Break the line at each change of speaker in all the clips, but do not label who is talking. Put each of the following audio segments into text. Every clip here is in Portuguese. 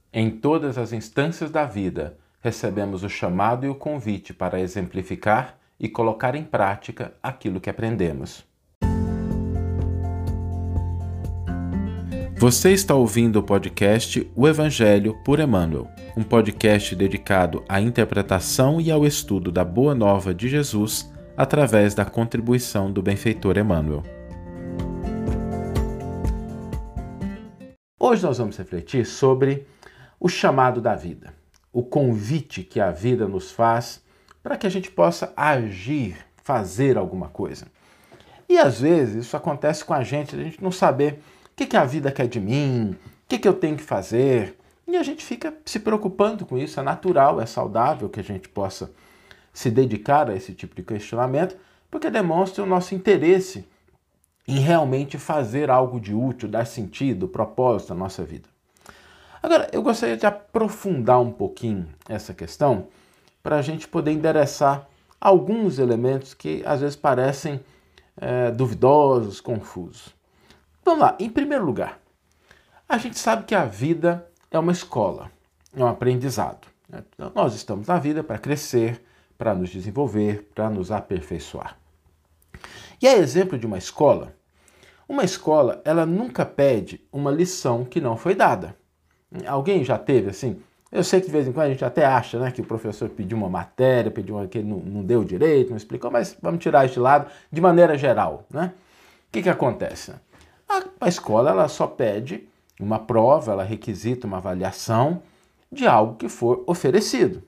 Em todas as instâncias da vida, recebemos o chamado e o convite para exemplificar e colocar em prática aquilo que aprendemos. Você está ouvindo o podcast O Evangelho por Emmanuel, um podcast dedicado à interpretação e ao estudo da Boa Nova de Jesus através da contribuição do benfeitor Emmanuel. Hoje nós vamos refletir sobre o chamado da vida, o convite que a vida nos faz para que a gente possa agir, fazer alguma coisa. E às vezes isso acontece com a gente não saber o que a vida quer de mim, o que eu tenho que fazer, e a gente fica se preocupando com isso. É natural, é saudável que a gente possa se dedicar a esse tipo de questionamento, porque demonstra o nosso interesse em realmente fazer algo de útil, dar sentido, propósito à nossa vida. Agora, eu gostaria de aprofundar um pouquinho essa questão para a gente poder endereçar alguns elementos que às vezes parecem duvidosos, confusos. Vamos lá, em primeiro lugar, a gente sabe que a vida é uma escola, é um aprendizado. Então, nós estamos na vida para crescer, para nos desenvolver, para nos aperfeiçoar. E a exemplo de uma escola, ela nunca pede uma lição que não foi dada. Alguém já teve assim? Eu sei que de vez em quando a gente até acha, né, que o professor pediu uma matéria, que ele não deu direito, não explicou, mas vamos tirar isso de lado de maneira geral, né? O que acontece? A escola ela só pede uma prova, ela requisita uma avaliação de algo que for oferecido.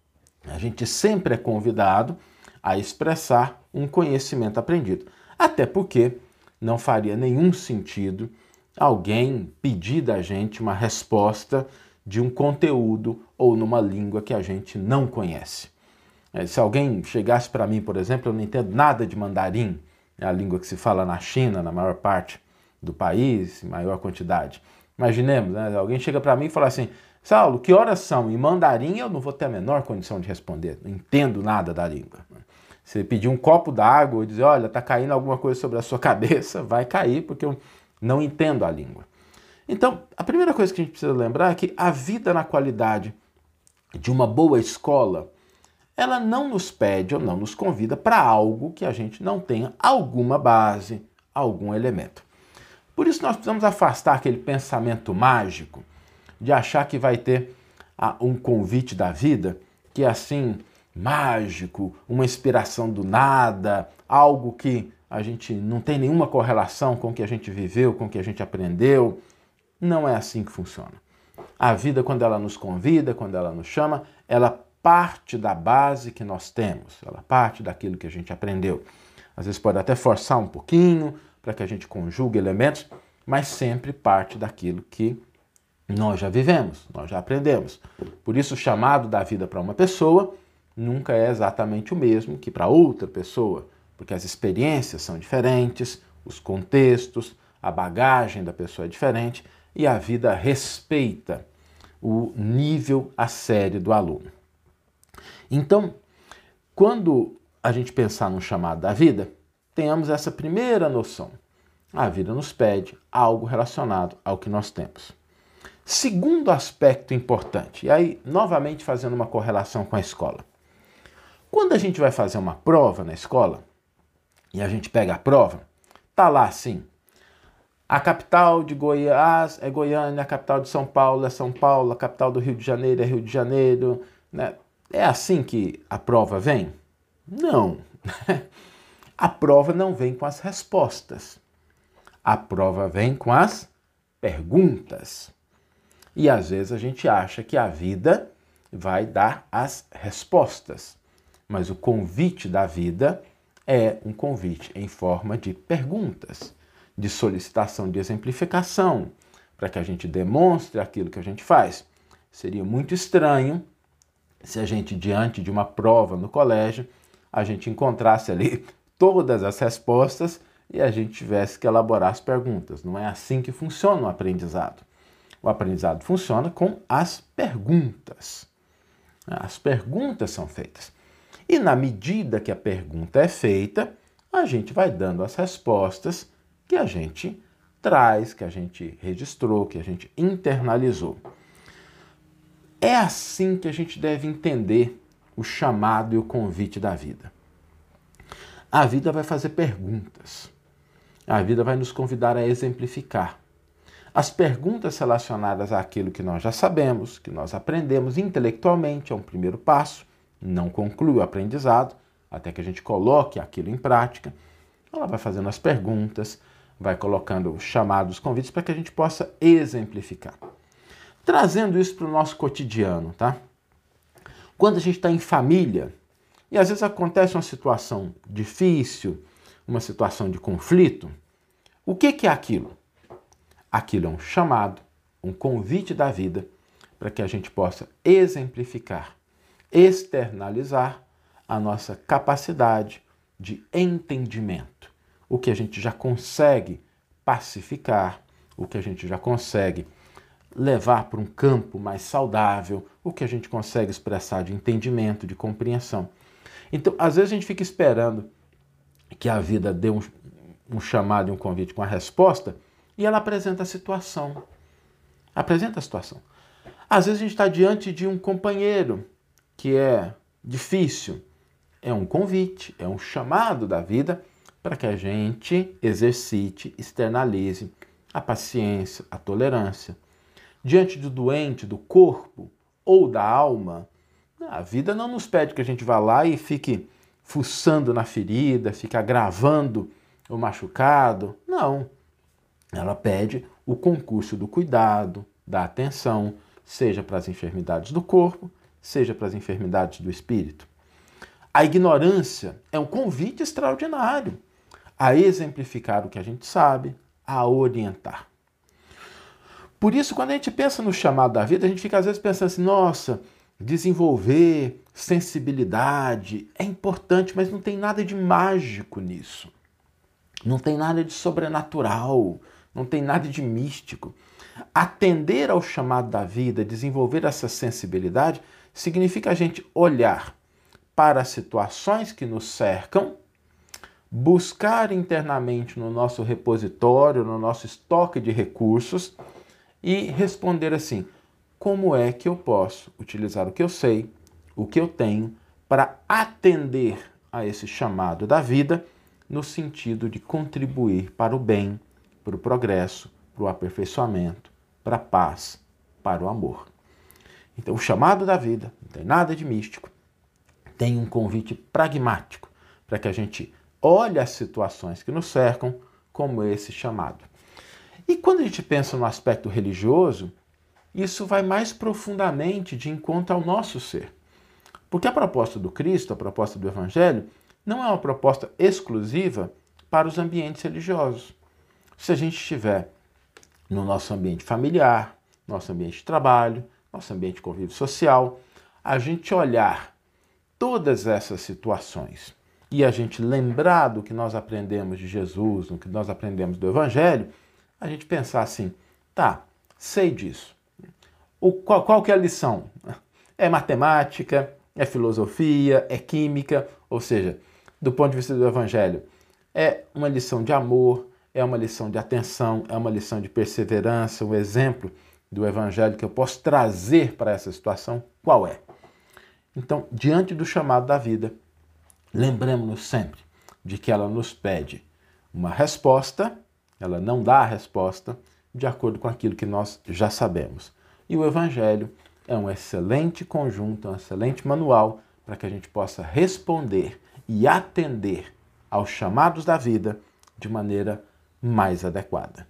A gente sempre é convidado a expressar um conhecimento aprendido. Até porque não faria nenhum sentido alguém pedir da gente uma resposta de um conteúdo ou numa língua que a gente não conhece. Se alguém chegasse para mim, por exemplo, eu não entendo nada de mandarim, é a língua que se fala na China, na maior parte do país, em maior quantidade. Imaginemos, né? Alguém chega para mim e fala assim: Saulo, que horas são? Em mandarim eu não vou ter a menor condição de responder, não entendo nada da língua. Se pedir um copo d'água e dizer, olha, está caindo alguma coisa sobre a sua cabeça, vai cair porque eu não entendo a língua. Então, a primeira coisa que a gente precisa lembrar é que a vida na qualidade de uma boa escola, ela não nos pede ou não nos convida para algo que a gente não tenha alguma base, algum elemento. Por isso nós precisamos afastar aquele pensamento mágico de achar que vai ter um convite da vida que é assim, mágico, uma inspiração do nada, algo que a gente não tem nenhuma correlação com o que a gente viveu, com o que a gente aprendeu. Não é assim que funciona. A vida, quando ela nos convida, quando ela nos chama, ela parte da base que nós temos, ela parte daquilo que a gente aprendeu. Às vezes pode até forçar um pouquinho para que a gente conjugue elementos, mas sempre parte daquilo que nós já vivemos, nós já aprendemos. Por isso, o chamado da vida para uma pessoa nunca é exatamente o mesmo que para outra pessoa, porque as experiências são diferentes, os contextos, a bagagem da pessoa é diferente e a vida respeita o nível, a série do aluno. Então, quando a gente pensar no chamado da vida, tenhamos essa primeira noção. A vida nos pede algo relacionado ao que nós temos. Segundo aspecto importante, e aí novamente fazendo uma correlação com a escola. Quando a gente vai fazer uma prova na escola, e a gente pega a prova, tá lá assim, a capital de Goiás é Goiânia, a capital de São Paulo é São Paulo, a capital do Rio de Janeiro é Rio de Janeiro, né? É assim que a prova vem? Não. A prova não vem com as respostas. A prova vem com as perguntas. E às vezes a gente acha que a vida vai dar as respostas. Mas o convite da vida é um convite em forma de perguntas, de solicitação de exemplificação, para que a gente demonstre aquilo que a gente faz. Seria muito estranho se a gente, diante de uma prova no colégio, a gente encontrasse ali todas as respostas e a gente tivesse que elaborar as perguntas. Não é assim que funciona o aprendizado. O aprendizado funciona com as perguntas. As perguntas são feitas. E na medida que a pergunta é feita, a gente vai dando as respostas que a gente traz, que a gente registrou, que a gente internalizou. É assim que a gente deve entender o chamado e o convite da vida. A vida vai fazer perguntas. A vida vai nos convidar a exemplificar. As perguntas relacionadas àquilo que nós já sabemos, que nós aprendemos intelectualmente, é um primeiro passo, não conclui o aprendizado, até que a gente coloque aquilo em prática. Ela vai fazendo as perguntas, vai colocando os chamados convites para que a gente possa exemplificar. Trazendo isso para o nosso cotidiano, tá? Quando a gente está em família, e às vezes acontece uma situação difícil, uma situação de conflito, o que é aquilo? Aquilo é um chamado, um convite da vida para que a gente possa exemplificar, externalizar a nossa capacidade de entendimento, o que a gente já consegue pacificar, o que a gente já consegue levar para um campo mais saudável, o que a gente consegue expressar de entendimento, de compreensão. Então, às vezes a gente fica esperando que a vida dê um chamado e um convite com a resposta e ela apresenta a situação. Apresenta a situação. Às vezes a gente está diante de um companheiro que é difícil. É um convite, é um chamado da vida para que a gente exercite, externalize a paciência, a tolerância. Diante do doente, do corpo ou da alma, a vida não nos pede que a gente vá lá e fique fuçando na ferida, fique agravando o machucado. Não. Ela pede o concurso do cuidado, da atenção, seja para as enfermidades do corpo, seja para as enfermidades do espírito. A ignorância é um convite extraordinário a exemplificar o que a gente sabe, a orientar. Por isso, quando a gente pensa no chamado da vida, a gente fica às vezes pensando assim, nossa, desenvolver sensibilidade é importante, mas não tem nada de mágico nisso. Não tem nada de sobrenatural, não tem nada de místico. Atender ao chamado da vida, desenvolver essa sensibilidade, significa a gente olhar para as situações que nos cercam, buscar internamente no nosso repositório, no nosso estoque de recursos e responder assim, como é que eu posso utilizar o que eu sei, o que eu tenho, para atender a esse chamado da vida no sentido de contribuir para o bem, para o progresso, para o aperfeiçoamento, para a paz, para o amor. Então, o chamado da vida não tem nada de místico, tem um convite pragmático para que a gente olhe as situações que nos cercam como esse chamado. E quando a gente pensa no aspecto religioso, isso vai mais profundamente de encontro ao nosso ser. Porque a proposta do Cristo, a proposta do Evangelho, não é uma proposta exclusiva para os ambientes religiosos. Se a gente estiver no nosso ambiente familiar, nosso ambiente de trabalho, nosso ambiente de convívio social, a gente olhar todas essas situações e a gente lembrar do que nós aprendemos de Jesus, do que nós aprendemos do Evangelho, a gente pensar assim, tá, sei disso. Qual que é a lição? É matemática, é filosofia, é química, ou seja, do ponto de vista do Evangelho, é uma lição de amor, é uma lição de atenção, é uma lição de perseverança, um exemplo do Evangelho que eu posso trazer para essa situação, qual é? Então, diante do chamado da vida, lembremos-nos sempre de que ela nos pede uma resposta, ela não dá a resposta de acordo com aquilo que nós já sabemos. E o Evangelho é um excelente conjunto, um excelente manual para que a gente possa responder e atender aos chamados da vida de maneira mais adequada.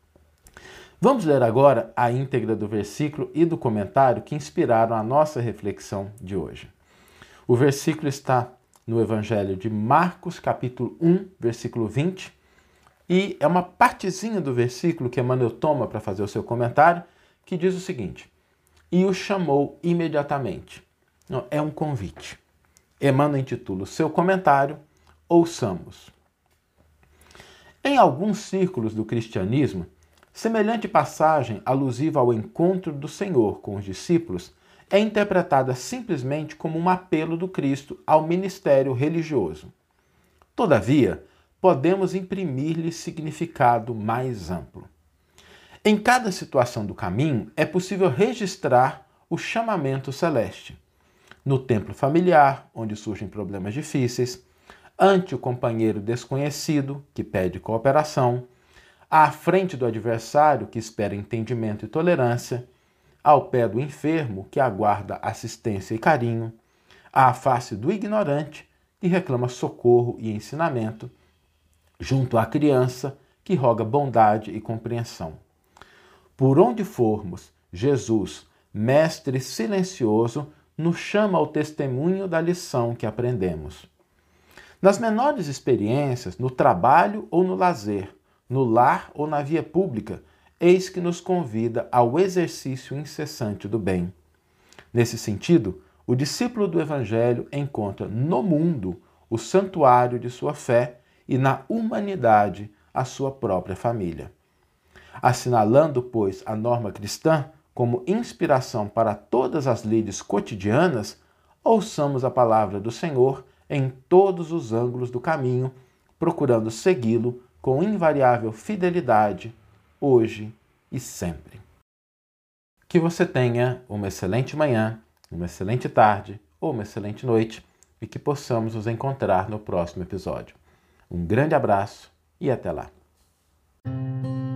Vamos ler agora a íntegra do versículo e do comentário que inspiraram a nossa reflexão de hoje. O versículo está no Evangelho de Marcos, capítulo 1, versículo 20, e é uma partezinha do versículo que Emmanuel toma para fazer o seu comentário, que diz o seguinte, e o chamou imediatamente. É um convite. Emmanuel intitula o seu comentário, ouçamos. Em alguns círculos do cristianismo, semelhante passagem alusiva ao encontro do Senhor com os discípulos é interpretada simplesmente como um apelo do Cristo ao ministério religioso. Todavia, podemos imprimir-lhe significado mais amplo. Em cada situação do caminho, é possível registrar o chamamento celeste. No templo familiar, onde surgem problemas difíceis, ante o companheiro desconhecido que pede cooperação, à frente do adversário que espera entendimento e tolerância, ao pé do enfermo que aguarda assistência e carinho, à face do ignorante que reclama socorro e ensinamento, junto à criança que roga bondade e compreensão. Por onde formos, Jesus, mestre silencioso, nos chama ao testemunho da lição que aprendemos. Nas menores experiências, no trabalho ou no lazer, no lar ou na via pública, eis que nos convida ao exercício incessante do bem. Nesse sentido, o discípulo do Evangelho encontra no mundo o santuário de sua fé e na humanidade a sua própria família. Assinalando, pois, a norma cristã como inspiração para todas as lides cotidianas, ouçamos a palavra do Senhor em todos os ângulos do caminho, procurando segui-lo com invariável fidelidade, hoje e sempre. Que você tenha uma excelente manhã, uma excelente tarde ou uma excelente noite e que possamos nos encontrar no próximo episódio. Um grande abraço e até lá!